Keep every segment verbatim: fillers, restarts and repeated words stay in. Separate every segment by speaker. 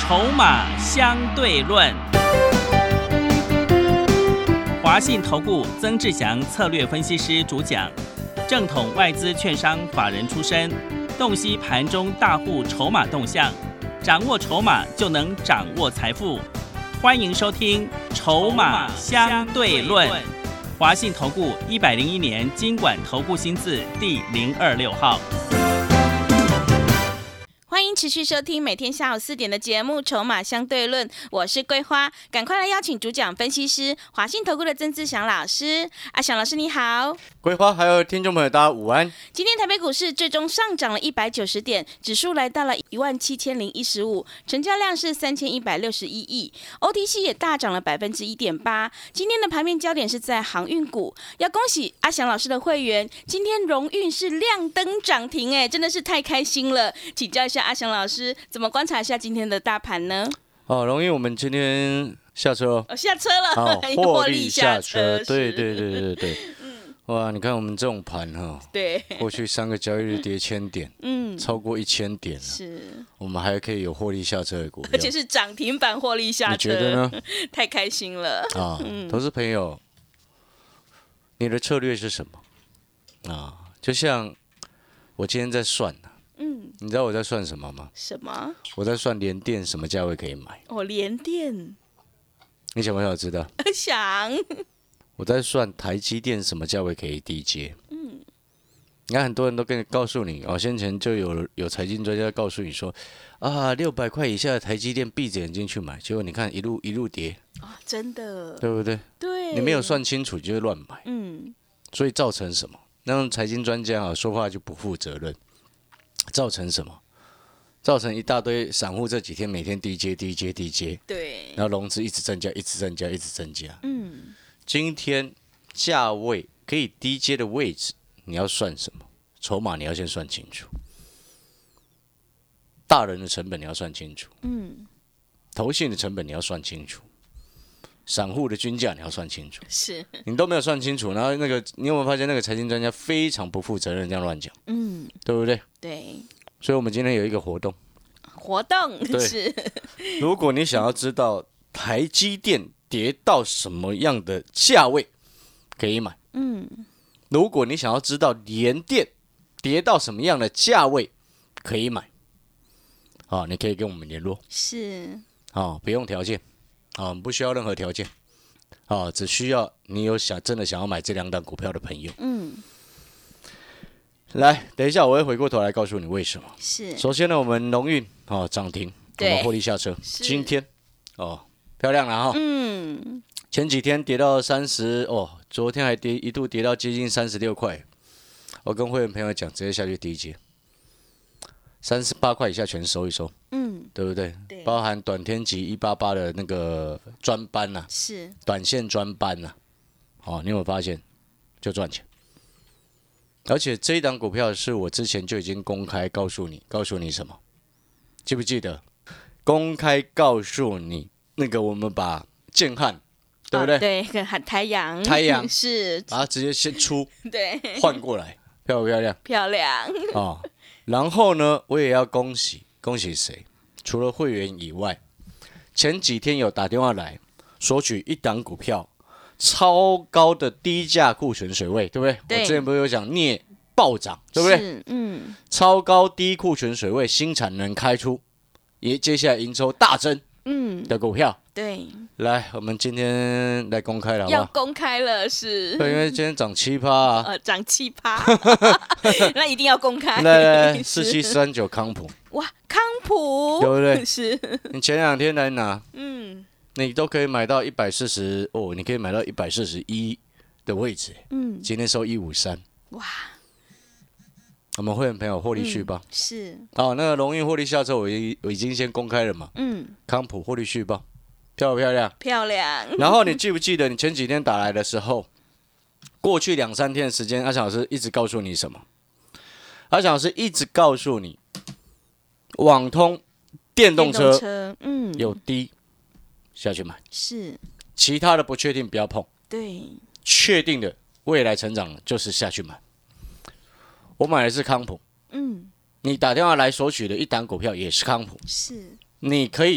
Speaker 1: 筹码相对论。华信投顾曾志祥策略分析师主讲，正统外资券商法人出身，洞悉盘中大户筹码动向，掌握筹码就能掌握财富。欢迎收听《筹码相对论》。华信投顾一百零一年金管投顾新字第零二六号。
Speaker 2: 欢迎持续收听每天下午四点的节目《筹码相对论》，我是桂花，赶快来邀请主讲分析师华信投顾的曾志祥老师。阿祥老师你好。
Speaker 3: 桂花还有听众朋友大家午安。
Speaker 2: 今天台北股市最终上涨了一百九十点，指数来到了一万七千零一十五，成交量是三千一百六十一亿 ，O T C 也大涨了百分之一点八。今天的盘面焦点是在航运股，要恭喜阿祥老师的会员，今天荣运是亮灯涨停，哎，真的是太开心了。请教一下阿祥老师，怎么观察一下今天的大盘呢？
Speaker 3: 哦，荣运我们今天下车哦，
Speaker 2: 哦下车了，
Speaker 3: 哦，获利下车，对
Speaker 2: 对
Speaker 3: 对对对对。哇，你看我们这种盘哈，
Speaker 2: 对，
Speaker 3: 过去三个交易日跌千点，嗯，超过一千点了，
Speaker 2: 是，
Speaker 3: 我们还可以有获利下车的股票，
Speaker 2: 而且是涨停板获利下车，
Speaker 3: 你觉得呢？
Speaker 2: 太开心了
Speaker 3: 啊！嗯、投资朋友，你的策略是什么啊？就像我今天在算呢、啊，嗯，你知道我在算什么吗？
Speaker 2: 什么？
Speaker 3: 我在算联电什么价位可以买。
Speaker 2: 哦，联电，
Speaker 3: 你想不想知道？
Speaker 2: 想。
Speaker 3: 我在算台积电什么价位可以低接。嗯，你看很多人都跟你告诉你哦，先前就有有财经专家告诉你说，啊，六百块以下的台积电闭着眼睛去买，结果你看一路一路跌
Speaker 2: 啊、哦，真的，
Speaker 3: 对不对？
Speaker 2: 对，
Speaker 3: 你没有算清楚就会乱买，
Speaker 2: 嗯，
Speaker 3: 所以造成什么？那财经专家啊说话就不负责任，造成什么？造成一大堆散户这几天每天低接低接低接，
Speaker 2: 对，
Speaker 3: 然后融资一直增加，一直增加，一直增加，
Speaker 2: 嗯。
Speaker 3: 今天价位可以低接的位置，你要算什么？筹码你要先算清楚，大人的成本你要算清楚，嗯，投信的成本你要算清楚，散户的均价你要算清楚，
Speaker 2: 是
Speaker 3: 你都没有算清楚，然后那个你有没有发现那个财经专家非常不负责任，这样乱讲，嗯，对不对？
Speaker 2: 对，
Speaker 3: 所以我们今天有一个活动，
Speaker 2: 活动是，
Speaker 3: 如果你想要知道台积电跌到什么样的价位可以买？嗯，如果你想要知道联电跌到什么样的价位可以买，啊，你可以跟我们联络。
Speaker 2: 是，
Speaker 3: 啊，不用条件，啊，不需要任何条件，啊，只需要你有想真的想要买这两档股票的朋友。嗯，来，等一下我会回过头来告诉你为什么。
Speaker 2: 是，
Speaker 3: 首先呢，我们荣运啊涨停，我们获利下车。今天哦。漂亮了哈，嗯，前几天跌到三十哦，昨天还跌一度跌到接近三十六块，我跟会员朋友讲，直接下去低接，三十八块以下全收一收，嗯，对不对？对，包含短天期一八八的那个专班呐、啊，
Speaker 2: 是
Speaker 3: 短线专班呐、啊，哦，你有没有发现就赚钱？而且这一档股票是我之前就已经公开告诉你，告诉你什么？记不记得？公开告诉你。那个我们把建汉，对不对？哦、
Speaker 2: 对，跟太阳，
Speaker 3: 太阳
Speaker 2: 是，
Speaker 3: 把它直接先出，
Speaker 2: 对，
Speaker 3: 换过来，漂不漂亮？
Speaker 2: 漂亮
Speaker 3: 哦。然后呢，我也要恭喜恭喜谁？除了会员以外，前几天有打电话来索取一档股票超高的低价库存水位，对不对？
Speaker 2: 对，
Speaker 3: 我之前不是有讲镍暴涨，对不对？嗯，超高低库存水位，新产能开出，也接下来营收大增。嗯的股票，
Speaker 2: 对，
Speaker 3: 来，我们今天来公开了，好不好？
Speaker 2: 要公开了，是，
Speaker 3: 对，因为今天涨七趴啊，
Speaker 2: 呃，涨七趴，那一定要公开。
Speaker 3: 来来，四七三九康普，
Speaker 2: 哇，康普，
Speaker 3: 对不对？
Speaker 2: 是，
Speaker 3: 你前两天来拿，嗯，你都可以买到一百四十哦，你可以买到一百四十一的位置，嗯，今天收一五三，哇。我们会员朋友获利续报、嗯、
Speaker 2: 是
Speaker 3: 哦，那个荣运获利下车我已我已经先公开了嘛，嗯，康普获利续报，漂不漂亮？
Speaker 2: 漂亮。
Speaker 3: 然后你记不记得你前几天打来的时候，过去两三天的时间，阿翔老师一直告诉你什么？阿翔老师一直告诉你，网通电动车，
Speaker 2: 电动车嗯，
Speaker 3: 有低下去买，
Speaker 2: 是，
Speaker 3: 其他的不确定不要碰，
Speaker 2: 对，
Speaker 3: 确定的未来成长就是下去买。我买的是康普，嗯，你打电话来索取的一档股票也是康普，
Speaker 2: 是，
Speaker 3: 你可以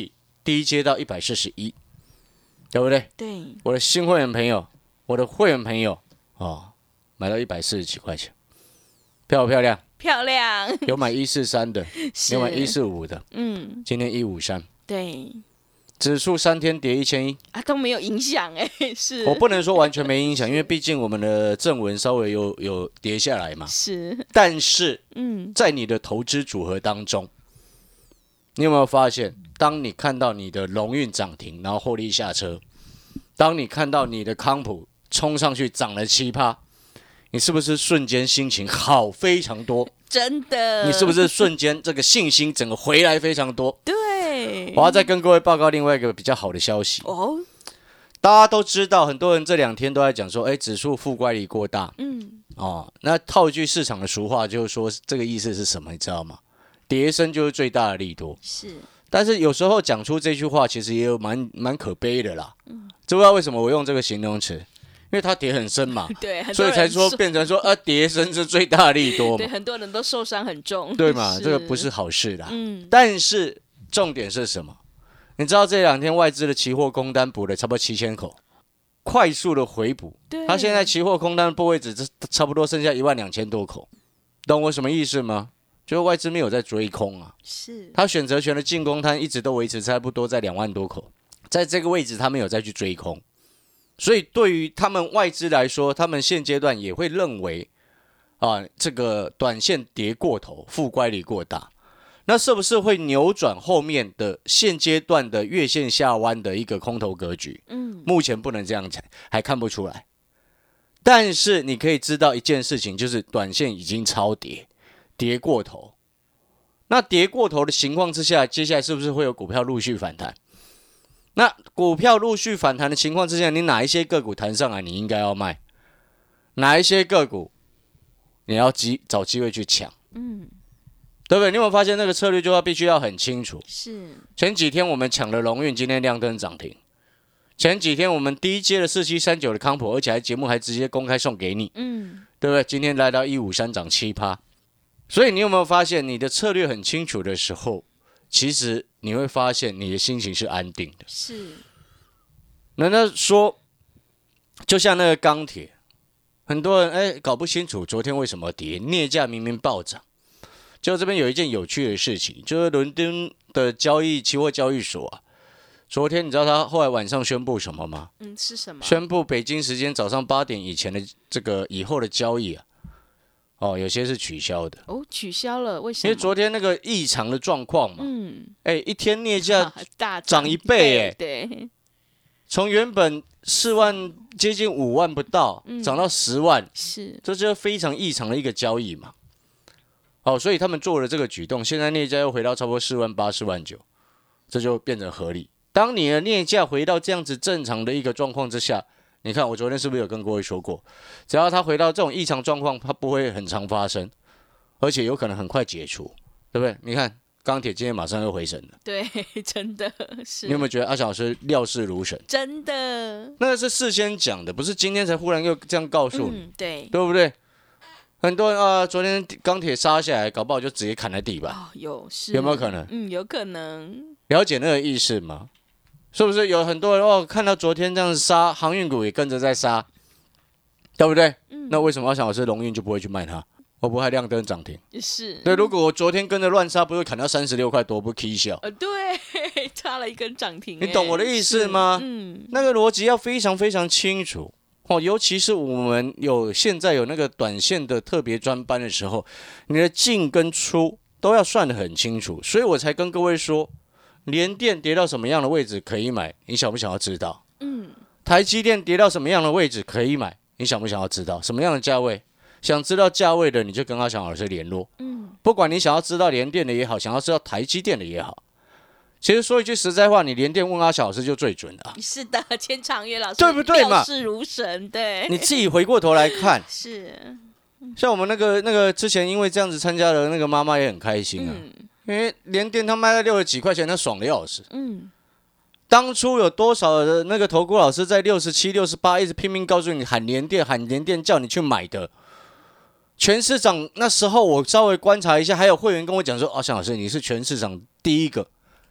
Speaker 3: 低阶到一百四十一，对不对？
Speaker 2: 对，
Speaker 3: 我的新会员朋友，我的会员朋友哦，买到一百四十几块钱，漂不漂亮？
Speaker 2: 漂亮。
Speaker 3: 有买一四三的，有买一四五的，
Speaker 2: 嗯，
Speaker 3: 今天一五三，
Speaker 2: 对，
Speaker 3: 指数三天跌一千一
Speaker 2: 啊，都没有影响哎，是
Speaker 3: 我不能说完全没影响，因为毕竟我们的正文稍微有有跌下来嘛。
Speaker 2: 是，
Speaker 3: 但是，
Speaker 2: 嗯，
Speaker 3: 在你的投资组合当中，你有没有发现，当你看到你的荣运涨停，然后获利下车，当你看到你的康普冲上去涨了七趴，你是不是瞬间心情好非常多？
Speaker 2: 真的，
Speaker 3: 你是不是瞬间这个信心整个回来非常多？
Speaker 2: 对，
Speaker 3: 我要再跟各位报告另外一个比较好的消息
Speaker 2: 哦。
Speaker 3: 大家都知道，很多人这两天都在讲说，哎，指数负乖离过大。
Speaker 2: 嗯，
Speaker 3: 哦，那套一句市场的俗话，就是说这个意思是什么？你知道吗？跌升就是最大的利多。
Speaker 2: 是，
Speaker 3: 但是有时候讲出这句话，其实也有蛮蛮可悲的啦。嗯，知不知道为什么我用这个形容词？因为它跌很深嘛，
Speaker 2: 对，
Speaker 3: 所以才说变成说，呃，跌深是最大的利多嘛。
Speaker 2: 对，很多人都受伤很重，
Speaker 3: 对嘛？这个不是好事啦。
Speaker 2: 嗯，
Speaker 3: 但是重点是什么？你知道这两天外资的期货空单补了差不多七千口，快速的回补。
Speaker 2: 对，
Speaker 3: 它现在期货空单的部位只差不多剩下一万两千多口，懂我什么意思吗？就是外资没有在追空啊，
Speaker 2: 是
Speaker 3: 它选择权的进攻摊一直都维持差不多在两万多口，在这个位置他没有再去追空。所以对于他们外资来说，他们现阶段也会认为啊，这个短线跌过头，负乖离过大，那是不是会扭转后面的现阶段的月线下弯的一个空头格局？嗯，目前不能这样讲，还看不出来。但是你可以知道一件事情，就是短线已经超跌，跌过头。那跌过头的情况之下，接下来是不是会有股票陆续反弹？那股票陆续反弹的情况之下，你哪一些个股弹上来，你应该要卖；哪一些个股你要机找机会去抢，嗯，对不对？你有没有发现那个策略就要必须要很清楚？
Speaker 2: 是。
Speaker 3: 前几天我们抢了荣运，今天亮灯涨停；前几天我们低阶的四七三九的康普，而且还节目还直接公开送给你，嗯，对不对？今天来到一五三涨七趴，所以你有没有发现，你的策略很清楚的时候？其实你会发现你的心情是安定的。
Speaker 2: 是，
Speaker 3: 难道说，就像那个钢铁，很多人哎搞不清楚昨天为什么跌，镍价明明暴涨。就这边有一件有趣的事情，就是伦敦的交易期货交易所啊，昨天你知道他后来晚上宣布什么吗？
Speaker 2: 嗯，是什么？
Speaker 3: 宣布北京时间早上八点以前的这个以后的交易啊。哦，有些是取消的
Speaker 2: 哦，取消了，为什么？
Speaker 3: 因为昨天那个异常的状况嘛，嗯，哎，一天镍价
Speaker 2: 大
Speaker 3: 涨一倍，哎，
Speaker 2: 对，
Speaker 3: 从原本四万接近五万不到，嗯、涨到十万，
Speaker 2: 是，
Speaker 3: 这就是非常异常的一个交易嘛。哦，所以他们做了这个举动，现在镍价又回到差不多四万八、四万九，这就变成合理。当你的镍价回到这样子正常的一个状况之下。你看，我昨天是不是有跟各位说过，只要它回到这种异常状况，它不会很常发生，而且有可能很快解除，对不对？你看钢铁今天马上又回神了，
Speaker 2: 对，真的是。
Speaker 3: 你有没有觉得阿小老师料事如神？
Speaker 2: 真的，
Speaker 3: 那个是事先讲的，不是今天才忽然又这样告诉你，
Speaker 2: 嗯、对，
Speaker 3: 对不对？很多人啊，昨天钢铁杀下来，搞不好就直接砍在地板，
Speaker 2: 哦、有是，
Speaker 3: 有没有可能？
Speaker 2: 嗯，有可能。
Speaker 3: 了解那个意思吗？是不是有很多人哦？看到昨天这样子杀，航运股也跟着在杀，对不对？嗯、那为什么阿翔老师荣运就不会去卖它？我不还亮灯涨停？
Speaker 2: 是。
Speaker 3: 对，如果我昨天跟着乱杀，不会砍到三十六块多，不 K 笑？
Speaker 2: 呃，对，差了一根涨停。
Speaker 3: 你懂我的意思吗？嗯，那个逻辑要非常非常清楚哦。尤其是我们有现在有那个短线的特别专班的时候，你的进跟出都要算得很清楚，所以我才跟各位说。联电跌到什么样的位置可以买？你想不想要知道？嗯。台积电跌到什么样的位置可以买？你想不想要知道？什么样的价位？想知道价位的，你就跟阿翔老师联络。嗯。不管你想要知道联电的也好，想要知道台积电的也好，其实说一句实在话，你联电问阿翔老师就最准了、啊。
Speaker 2: 是的，千长岳老师
Speaker 3: 对不对嘛？
Speaker 2: 料事如神，对。
Speaker 3: 你自己回过头来看，
Speaker 2: 是。
Speaker 3: 像我们那个那个之前因为这样子参加的那个妈妈也很开心啊。嗯，因为联电他卖了六十几块钱，他爽的要死。嗯，当初有多少的那个投顾老师在六十七、六十八一直拼命告诉你喊联电、喊联电，叫你去买的。全市场那时候我稍微观察一下，还有会员跟我讲说：“阿翔老师，你是全市场第一个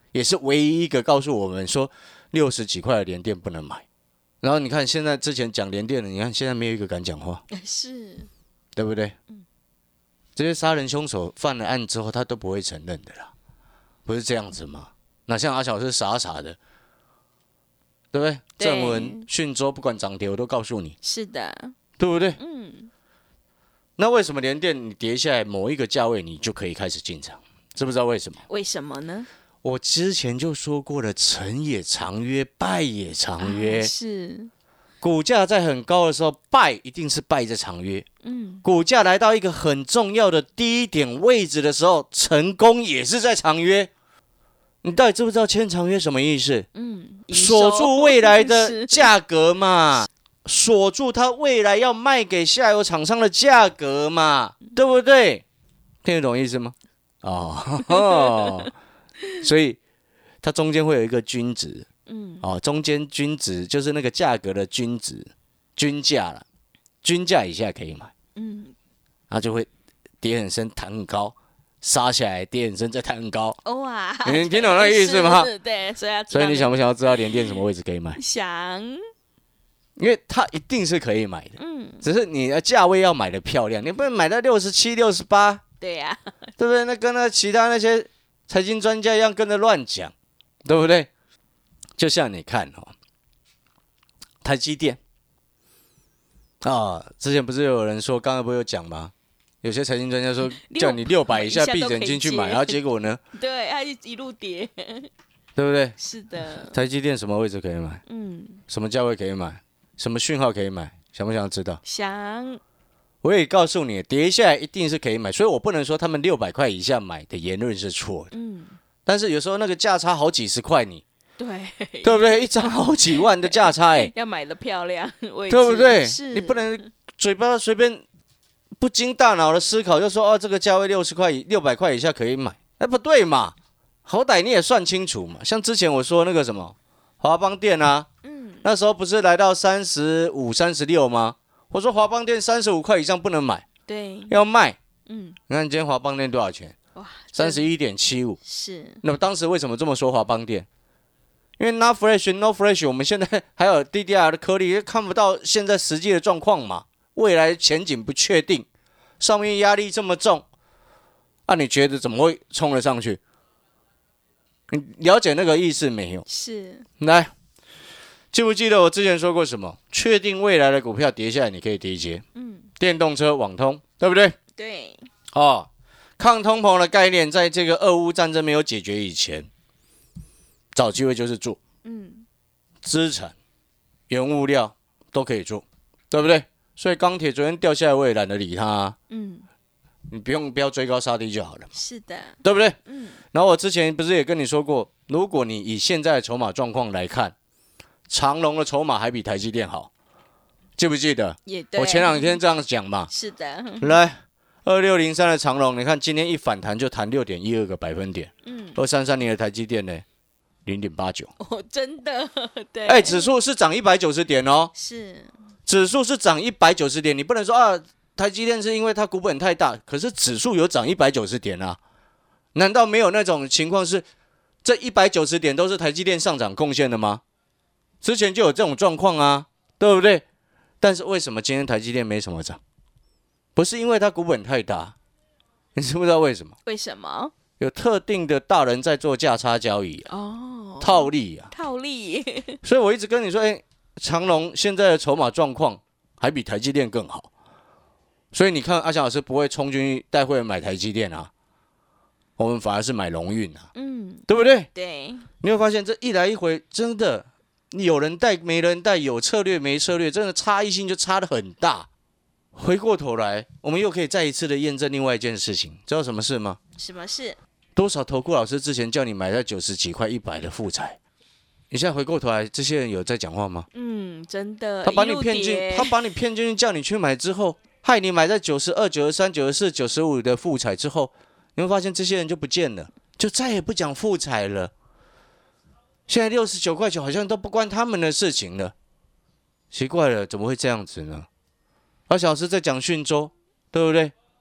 Speaker 3: 也是唯一一个告诉我们说六十几块的联电不能买。然后你看现在之前讲联电的，你看现在没有一个敢讲话，
Speaker 2: 是，
Speaker 3: 对不对？嗯，这些杀人凶手犯了案之后，他都不会承认的啦，不是这样子吗？那像阿小是傻傻的，对不对？正文、讯州不管涨跌，我都告诉你，
Speaker 2: 是的，
Speaker 3: 对不对？
Speaker 2: 嗯。
Speaker 3: 那为什么联电你跌下来某一个价位，你就可以开始进场？知不知道为什么？
Speaker 2: 为什么呢？
Speaker 3: 我之前就说过了，成也长约，败也长约。
Speaker 2: 啊、是，
Speaker 3: 股价在很高的时候，败一定是败在长约。
Speaker 2: 嗯，
Speaker 3: 股价来到一个很重要的低点位置的时候，成功也是在长约。你到底知不知道签长约什么意思？
Speaker 2: 嗯，
Speaker 3: 锁住未来的价格嘛，锁住它未来要卖给下游厂商的价格嘛，对不对？听得懂意思吗？哦。所以它中间会有一个均值，嗯，哦，中间均值就是那个价格的均值，均价了，均价以下可以买，嗯，然后就会跌很深，弹很高，杀下来跌很深，再弹很高，
Speaker 2: 哇，
Speaker 3: 你听懂那个意思吗？
Speaker 2: 对，所以要
Speaker 3: 所以你想不想要知道联电什么位置可以买？
Speaker 2: 想，
Speaker 3: 因为它一定是可以买的，嗯，只是你的价位要买的漂亮，你不能买到六十七、六十八，
Speaker 2: 对呀、啊，
Speaker 3: 对不对？那跟那其他那些财经专家一样跟着乱讲，对不对？就像你看哦，台积电啊，之前不是有人说，刚刚不是有讲吗？有些财经专家说叫你六百以下闭着眼睛去买，然后结果呢？
Speaker 2: 对，它一路跌，
Speaker 3: 对不对？
Speaker 2: 是的。
Speaker 3: 台积电什么位置可以买？嗯，什么价位可以买？什么讯号可以买？想不想知道？
Speaker 2: 想。
Speaker 3: 我也告诉你，跌下来一定是可以买，所以我不能说他们六百块以下买的言论是错的。嗯，但是有时候那个价差好几十块你，
Speaker 2: 对
Speaker 3: 对不对？一张好几万的价差、欸，
Speaker 2: 要买的漂亮，对
Speaker 3: 不对？
Speaker 2: 是，
Speaker 3: 你不能嘴巴随便不经大脑的思考就说哦，这个价位六十块、六百块以下可以买，哎，不对嘛，好歹你也算清楚嘛。像之前我说那个什么华邦电啊，嗯，那时候不是来到三十五、三十六吗？我说华邦电三十五块以上不能买，
Speaker 2: 对，
Speaker 3: 要卖。嗯，你看今天华邦电多少钱？
Speaker 2: 哇，
Speaker 3: 三十一点七五。
Speaker 2: 是。
Speaker 3: 那么当时为什么这么说华邦电？因为 Not Fresh No Fresh， 我们现在还有 D D R 的颗粒，看不到现在实际的状况嘛，未来前景不确定，上面压力这么重，那、啊、你觉得怎么会冲了上去？你了解那个意思没有？
Speaker 2: 是。
Speaker 3: 来。记不记得我之前说过什么？确定未来的股票跌下来，你可以低接。嗯，电动车、网通，对不对？
Speaker 2: 对。
Speaker 3: 哦，抗通膨的概念，在这个俄乌战争没有解决以前，找机会就是做。嗯，资产、原物料都可以做，对不对？所以钢铁昨天掉下来，我也懒得理它、啊。嗯，你不用不要追高杀低就好了。
Speaker 2: 是的，
Speaker 3: 对不对？嗯。然后我之前不是也跟你说过，如果你以现在的筹码状况来看，长荣的筹码还比台积电好，记不记得？
Speaker 2: 也对。
Speaker 3: 我前两天这样讲嘛。
Speaker 2: 是的。
Speaker 3: 来，二六零三的长荣，你看今天一反弹就弹六点一二个百分点。嗯。二三三零的台积电呢，零点八九。
Speaker 2: 哦，真的。对。
Speaker 3: 哎，指数是涨一百九十点哦。
Speaker 2: 是。
Speaker 3: 指数是涨一百九十点，你不能说啊，台积电是因为它股本太大，可是指数有涨一百九十点啊？难道没有那种情况是这一百九十点都是台积电上涨贡献的吗？之前就有这种状况啊，对不对？但是为什么今天台积电没什么涨？不是因为它股本太大，你知不知道为什么？
Speaker 2: 为什么？
Speaker 3: 有特定的大人在做价差交易、啊、哦，套利啊，
Speaker 2: 套利。
Speaker 3: 所以我一直跟你说，哎，长荣现在的筹码状况还比台积电更好，所以你看阿翔老师不会冲进去带会员买台积电啊，我们反而是买荣运啊，嗯，对不对？
Speaker 2: 对，
Speaker 3: 你会发现这一来一回，真的有人带没人带，有策略没策略，真的差异性就差得很大。回过头来，我们又可以再一次的验证另外一件事情，知道什么事吗？
Speaker 2: 什么事？
Speaker 3: 多少投顾老师之前叫你买在九十几块、一百的富彩，你现在回过头来，这些人有在讲话吗？
Speaker 2: 嗯，真的。
Speaker 3: 他把你骗进，他把你骗进去，叫你去买之后，害你买在九十二、九十三、九十四、九十五的富彩之后，你会发现这些人就不见了，就再也不讲富彩了。现在六十九块九好像都不关他们的事情了，奇怪了，怎么会这样子呢？而小时在讲讯州，对不对？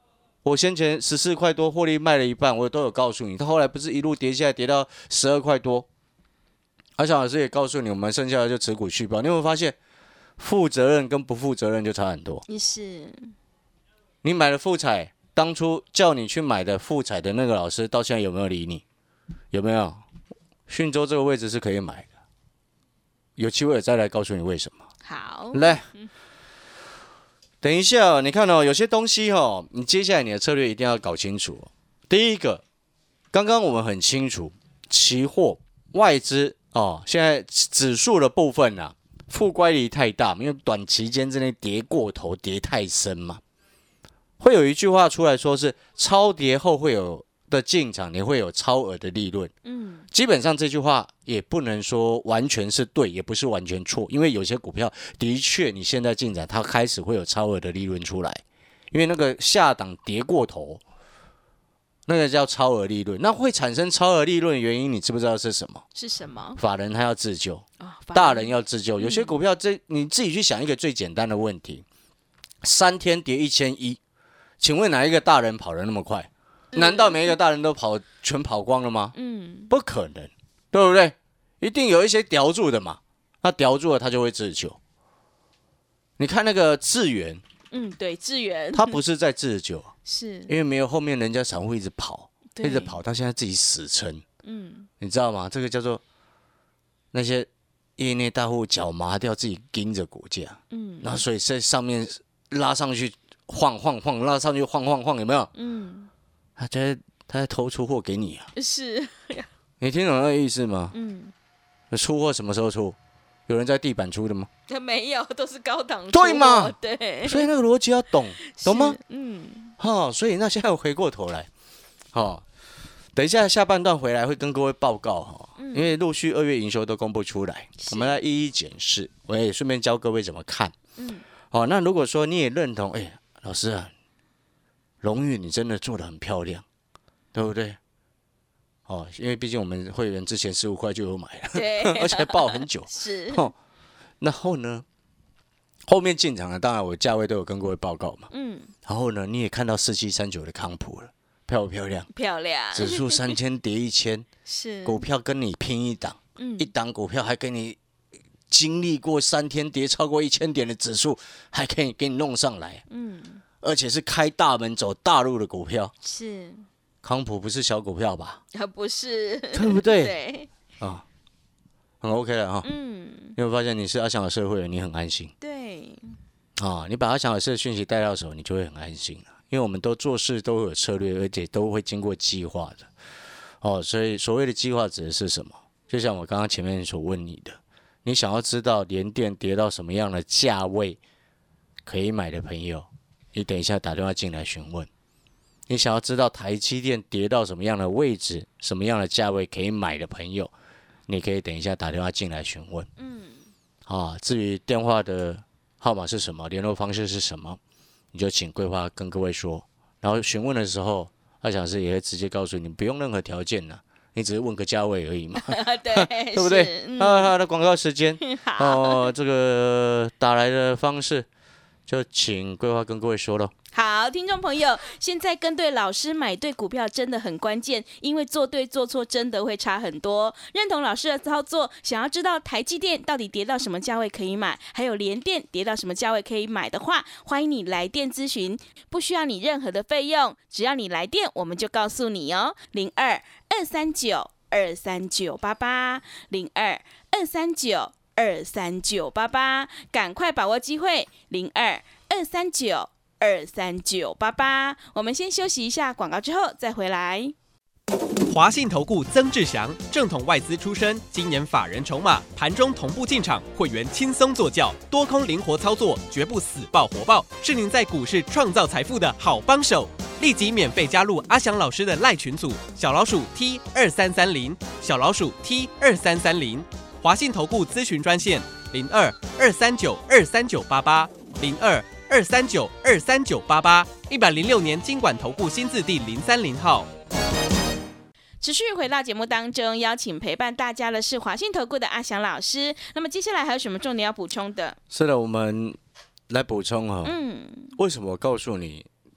Speaker 3: 我先前十四块多获利卖了一半，我都有告诉你。他后来不是一路跌下来，跌到十二块多。阿翔老师也告诉你，我们剩下的就持股续报。你有没有发现，负责任跟不负责任就差很多？
Speaker 2: 也是。
Speaker 3: 你买了富彩，当初叫你去买的富彩的那个老师，到现在有没有理你？有没有？讯州这个位置是可以买的，有机会再来告诉你为什么。
Speaker 2: 好，
Speaker 3: 来。等一下，你看哦，有些东西哦，你接下来你的策略一定要搞清楚。第一个，刚刚我们很清楚，期货、外资哦，现在指数的部分啊，负乖离太大，因为短期间之内跌过头，跌太深嘛，会有一句话出来说是超跌后会有的进场，你会有超额的利润。嗯，基本上这句话也不能说完全是对，也不是完全错，因为有些股票的确你现在进展，它开始会有超额的利润出来，因为那个下档跌过头，那个叫超额利润。那会产生超额利润的原因，你知不知道是什么？
Speaker 2: 是什么？
Speaker 3: 法人他要自救，
Speaker 2: 哦、
Speaker 3: 大人要自救。有些股票这你自己去想一个最简单的问题：三天跌一千一，请问哪一个大人跑得那么快？难道每一个大人都跑全跑光了吗？嗯，不可能，对不对？一定有一些叼住的嘛，那叼住了他就会自救。你看那个智原，
Speaker 2: 嗯，对，智原，
Speaker 3: 他不是在自救，
Speaker 2: 是
Speaker 3: 因为没有后面人家散户一直跑，一直跑，他现在自己死撑，嗯，你知道吗？这个叫做那些业内大户脚麻掉，自己盯着股价，嗯，然后所以在上面拉上去晃晃晃，拉上去晃晃晃，有没有？嗯。他在他在偷出货给你啊？
Speaker 2: 是，
Speaker 3: 你听懂那个意思吗？嗯，出货什么时候出？有人在地板出的吗？
Speaker 2: 没有，都是高档出货。
Speaker 3: 对吗？
Speaker 2: 对，
Speaker 3: 所以那个逻辑要懂，懂吗？
Speaker 2: 嗯，
Speaker 3: 好、哦，所以那现在我回过头来，好、哦，等一下下半段回来会跟各位报告哈、哦，因为陆续二月营收都公布出来，我们来一一检视，我也顺便教各位怎么看。嗯，好、哦，那如果说你也认同，哎，老师啊。荣誉你真的做得很漂亮，对不对？哦，因为毕竟我们会员之前十五块就有买了，
Speaker 2: 对，
Speaker 3: 而且还抱很久。
Speaker 2: 是。
Speaker 3: 哦，然后呢，后面进场了，当然我价位都有跟各位报告嘛。嗯。然后呢，你也看到四七三九的康普了，漂不漂亮？
Speaker 2: 漂亮。
Speaker 3: 指数三千跌一千，
Speaker 2: 是。
Speaker 3: 股票跟你拼一档，嗯，一档股票还给你经历过三天跌超过一千点的指数，还可以给你弄上来，嗯。而且是开大门走大陆的股票，
Speaker 2: 是
Speaker 3: 康普不是小股票吧？
Speaker 2: 啊，不是，
Speaker 3: 对不对？
Speaker 2: 对，
Speaker 3: 啊，很 OK 了哈。嗯，你有没有发现你是阿翔的社会人，你很安心？
Speaker 2: 对，
Speaker 3: 啊，你把阿翔老师的讯息带到手，你就会很安心了，因为我们都做事都有策略，而且都会经过计划的。哦，所以所谓的计划指的是什么？就像我刚刚前面所问你的，你想要知道联电跌到什么样的价位可以买的朋友。你等一下打电话进来询问，你想要知道台积电跌到什么样的位置、什么样的价位可以买的朋友，你可以等一下打电话进来询问。嗯，啊，至于电话的号码是什么、联络方式是什么，你就请桂花跟各位说。然后询问的时候，阿翔老师也会直接告诉你，不用任何条件啦，你只是问个价位而已嘛，
Speaker 2: 对，
Speaker 3: 对不对？嗯、啊，他的广告时间哦，这个打来的方式。就请桂花跟各位说咯。
Speaker 2: 好，听众朋友，现在跟对老师买对股票真的很关键，因为做对做错真的会差很多。认同老师的操作，想要知道台积电到底跌到什么价位可以买，还有联电跌到什么价位可以买的话，欢迎你来电咨询，不需要你任何的费用，只要你来电，我们就告诉你哦。零二二三九二三九八八零二二三九。二三九八八，赶快把握机会，零二二三九二三九八八。我们先休息一下广告，之后再回来。
Speaker 4: 华信投顾曾志祥，正统外资出身，今年法人筹码，盘中同步进场，会员轻松做教，多空灵活操作，绝不死抱活抱，是您在股市创造财富的好帮手。立即免费加入阿翔老师的赖群组，小老鼠 T 二三三零，小老鼠 T 二三三零。华信投顾咨询专线零二二三九二三九八八零二二三九二三九八八，一百零六年金管投顾新字第零三零号。
Speaker 2: 持续回到节目当中，邀请陪伴大家的是华信投顾的阿翔老师。那么接下来还有什么重点要补充的？
Speaker 3: 是的，我们来补充哈。嗯，为什么我告诉你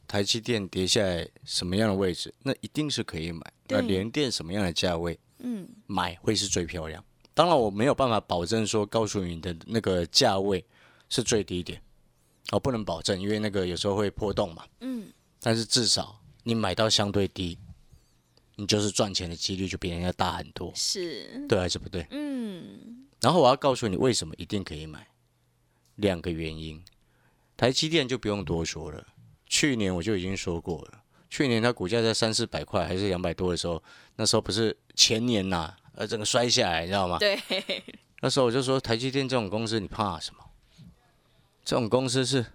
Speaker 3: 台积电跌下来什么样的位置，那一定是可以买。那联电什么样的价位，嗯，买会是最漂亮。当然我没有办法保证说告诉你的那个价位是最低点，我不能保证，因为那个有时候会波动嘛。嗯，但是至少你买到相对低，你就是赚钱的几率就比人家大很多。
Speaker 2: 是，
Speaker 3: 对还是不对？嗯。然后我要告诉你为什么一定可以买，两个原因。台积电就不用多说了，去年我就已经说过了。去年它股价在三四百块还是两百多的时候，那时候不是前年呐、啊，呃，整个摔下来，你知道吗？
Speaker 2: 对。
Speaker 3: 那时候我就说，台积电这种公司你怕什么？这种公司是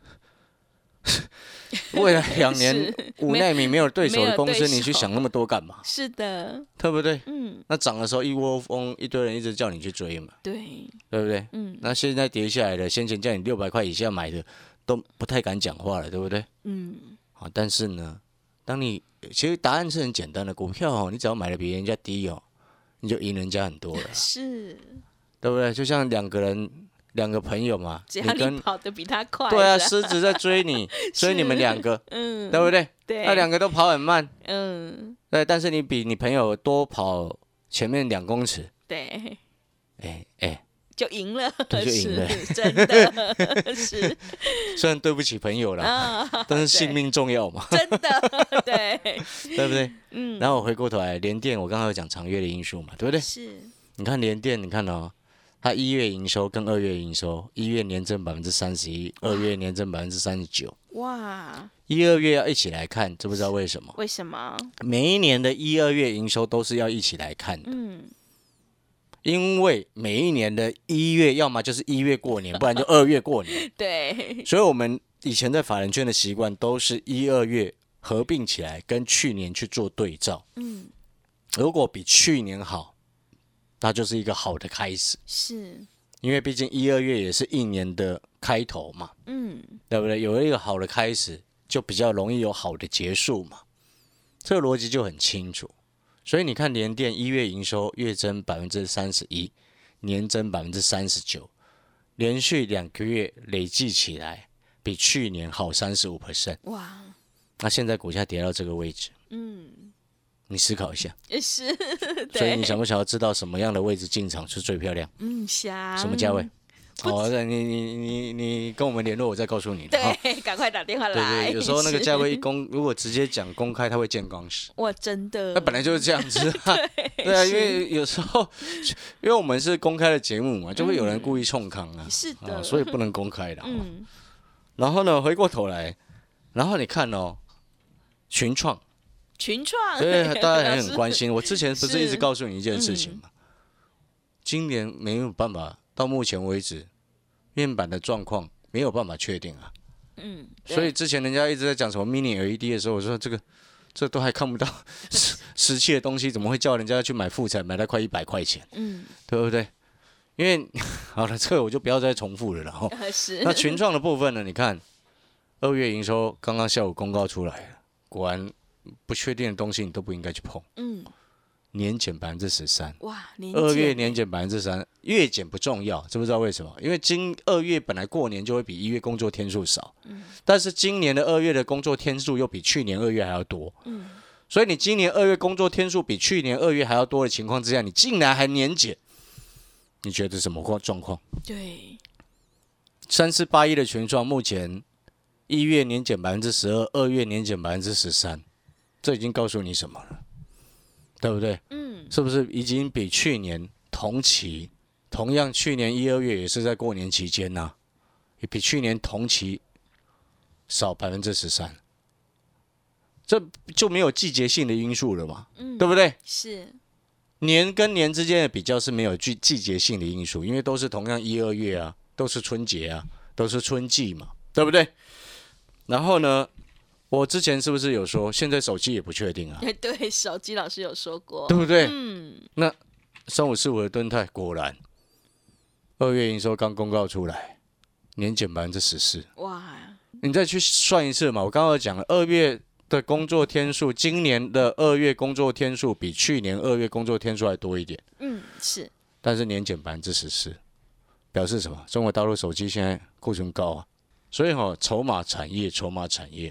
Speaker 3: 未来两年五奈米没有对手的公司，你去想那么多干嘛？
Speaker 2: 是的，
Speaker 3: 对不对？嗯。那涨的时候一窝蜂，一堆人一直叫你去追嘛。
Speaker 2: 对。
Speaker 3: 对不对？嗯。那现在跌下来了，先前叫你六百块以下买的，都不太敢讲话了，对不对？嗯。好，但是呢。当你其实答案是很简单的，股票哦，你只要买的比人家低哦，你就赢人家很多了，
Speaker 2: 是，
Speaker 3: 对不对？就像两个人，两个朋友嘛，
Speaker 2: 只要你跟跑得比他快，
Speaker 3: 对啊，狮子在追你，追你们两个，嗯，对不对？
Speaker 2: 对，
Speaker 3: 那两个都跑很慢，
Speaker 2: 嗯，
Speaker 3: 对，但是你比你朋友多跑前面两公尺，
Speaker 2: 对，
Speaker 3: 哎哎。
Speaker 2: 就赢了，
Speaker 3: 对，就赢了，
Speaker 2: 真的是。
Speaker 3: 虽然对不起朋友啦，啊、但是性命重要嘛，
Speaker 2: 真的，对，
Speaker 3: 对不对？嗯。然后我回过头来，联电我刚刚有讲长月的因素嘛，对不对？
Speaker 2: 是。
Speaker 3: 你看联电，你看哦，它一月营收跟二月营收，一月年增百分之三十一，二月年增百分之三十九。哇！一二月要一起来看，知不知道为什么？
Speaker 2: 为什么？
Speaker 3: 每一年的一二月营收都是要一起来看的。嗯。因为每一年的一月，要么就是一月过年，不然就二月过年。
Speaker 2: 对，
Speaker 3: 所以我们以前在法人圈的习惯都是一二月合并起来，跟去年去做对照。嗯，如果比去年好，那就是一个好的开始。
Speaker 2: 是，
Speaker 3: 因为毕竟一二月也是一年的开头嘛。嗯，对不对？有了一个好的开始，就比较容易有好的结束嘛。这个逻辑就很清楚。所以你看联电一月营收月增百分之三十一，年增百分之三十九，连续两个月累计起来比去年好三十五 percent。哇！那现在股价跌到这个位置，嗯，你思考一下，
Speaker 2: 也是。
Speaker 3: 所以你想不想要知道什么样的位置进场是最漂亮？
Speaker 2: 嗯，想。
Speaker 3: 什么价位？哦，你你你你跟我们联络，我再告诉你。
Speaker 2: 对，赶快打电话来。
Speaker 3: 对对，有时候那个价位一公，如果直接讲公开，它会见光死。
Speaker 2: 哇，真的。
Speaker 3: 那本来就是这样子啊。对, 对啊，因为有时候，因为我们是公开的节目嘛，就会有人故意冲康啊。
Speaker 2: 是的、
Speaker 3: 啊。所以不能公开的。嗯。然后呢，回过头来，然后你看哦，群创。
Speaker 2: 群创。
Speaker 3: 对，大家也很关心。我之前不是一直告诉你一件事情嘛？嗯、今年没有办法。到目前为止，面板的状况没有办法确定啊。嗯，所以之前人家一直在讲什么 mini L E D 的时候，我说这个这都还看不到实际的东西，怎么会叫人家去买副材，买到快一百块钱？嗯，对不对？因为好了，这个我就不要再重复了。然后，那群创的部分呢？你看，二月营收刚刚下午公告出来了，果然不确定的东西你都不应该去碰。嗯。年减百分之十三，哇！二月年减百分之三，月减不重要，知不知道为什么？因为今二月本来过年就会比一月工作天数少，嗯，但是今年的二月的工作天数又比去年二月还要多，嗯，所以你今年二月工作天数比去年二月还要多的情况之下，你竟然还年减，你觉得什么状况？
Speaker 2: 对，
Speaker 3: 三四八一的群创目前一月年减百分之十二，二月年减百分之十三，这已经告诉你什么了？对不对？嗯，是不是已经比去年同期，同样去年一二月也是在过年期间呢、啊，也比去年同期少百分之十三，这就没有季节性的因素了嘛？嗯，对不对？
Speaker 2: 是
Speaker 3: 年跟年之间的比较是没有季季节性的因素，因为都是同样一二月啊，都是春节啊，都是春季嘛，对不对？然后呢？我之前是不是有说，现在手机也不确定啊？
Speaker 2: 对，手机老师有说过，
Speaker 3: 对不对？嗯。那三五四五的敦泰果然，二月营收刚公告出来，年减百分之十四。哇！你再去算一次嘛，我刚刚讲了，二月的工作天数，今年的二月工作天数比去年二月工作天数还多一点。
Speaker 2: 嗯，是。
Speaker 3: 但是年减百分之十四，表示什么？中国大陆手机现在库存高啊，所以哈、哦，筹码产业，筹码产业。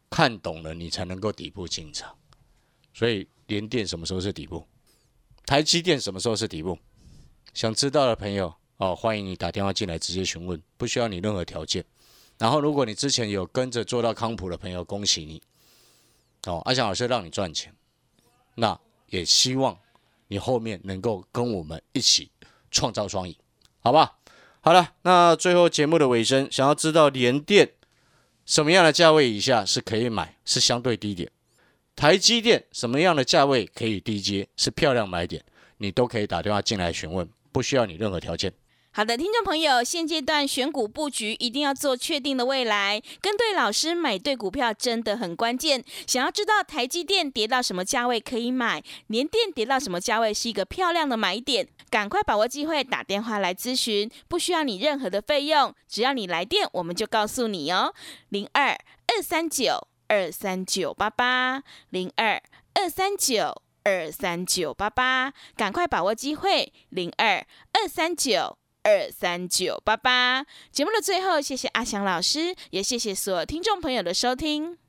Speaker 3: 看懂了你才能够底部进场。所以联电什么时候是底部？台积电什么时候是底部？想知道的朋友哦，欢迎你打电话进来直接询问，不需要你任何条件。然后如果你之前有跟着做到康普的朋友，恭喜你哦，阿翔老师让你赚钱，那也希望你后面能够跟我们一起创造双赢，好吧？好了，那最后节目的尾声，想要知道联电什么样的价位以下是可以买，是相对低点；台积电什么样的价位可以低接，是漂亮买点，你都可以打电话进来询问，不需要你任何条件。
Speaker 2: 好的，听众朋友，现阶段选股布局一定要做确定的未来，跟对老师买对股票真的很关键。想要知道台积电跌到什么价位可以买，联电跌到什么价位是一个漂亮的买点，赶快把握机会打电话来咨询，不需要你任何的费用，只要你来电我们就告诉你哦。零二二三九二三九八八零二二三九二三九八八，赶快把握机会。零二二三九二三九八八。节目的最后，谢谢阿翔老师，也谢谢所有听众朋友的收听。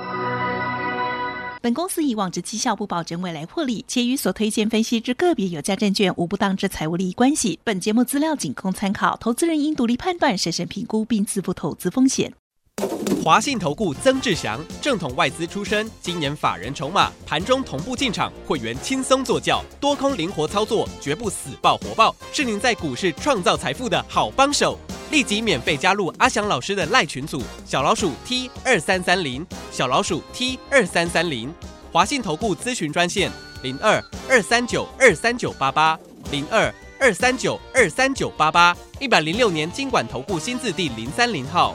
Speaker 5: 本公司以往之绩效不保证未来获利，且与所推荐分析之个别有价证券无不当之财务利益关系。本节目资料仅供参考，投资人应独立判断、审慎评估并自负投资风险。
Speaker 4: 华信投顾曾志祥，正统外资出身，今年法人筹码，盘中同步进场，会员轻松做教，多空灵活操作，绝不死抱活抱，是您在股市创造财富的好帮手。立即免费加入阿翔老师的赖群组，小老鼠 T 二三三零，小老鼠 T 二三三零。华信投顾咨询专线零二二三九二三九八八零二二三九二三九八八，一百零六年金管投顾新字第零三零号。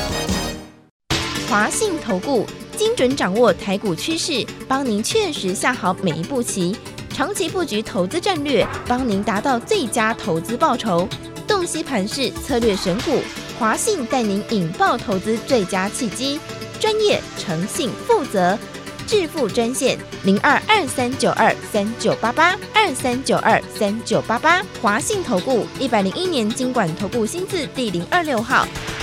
Speaker 6: 华信投顾精准掌握台股趋势，帮您确实下好每一步棋，长期布局投资战略，帮您达到最佳投资报酬。洞悉盘势，策略选股，华信带您引爆投资最佳契机，专业、诚信、负责，致富专线零二二三九二三九八八二三九二三九八八。华信投顾一百零一年金管投顾新字第零二六号。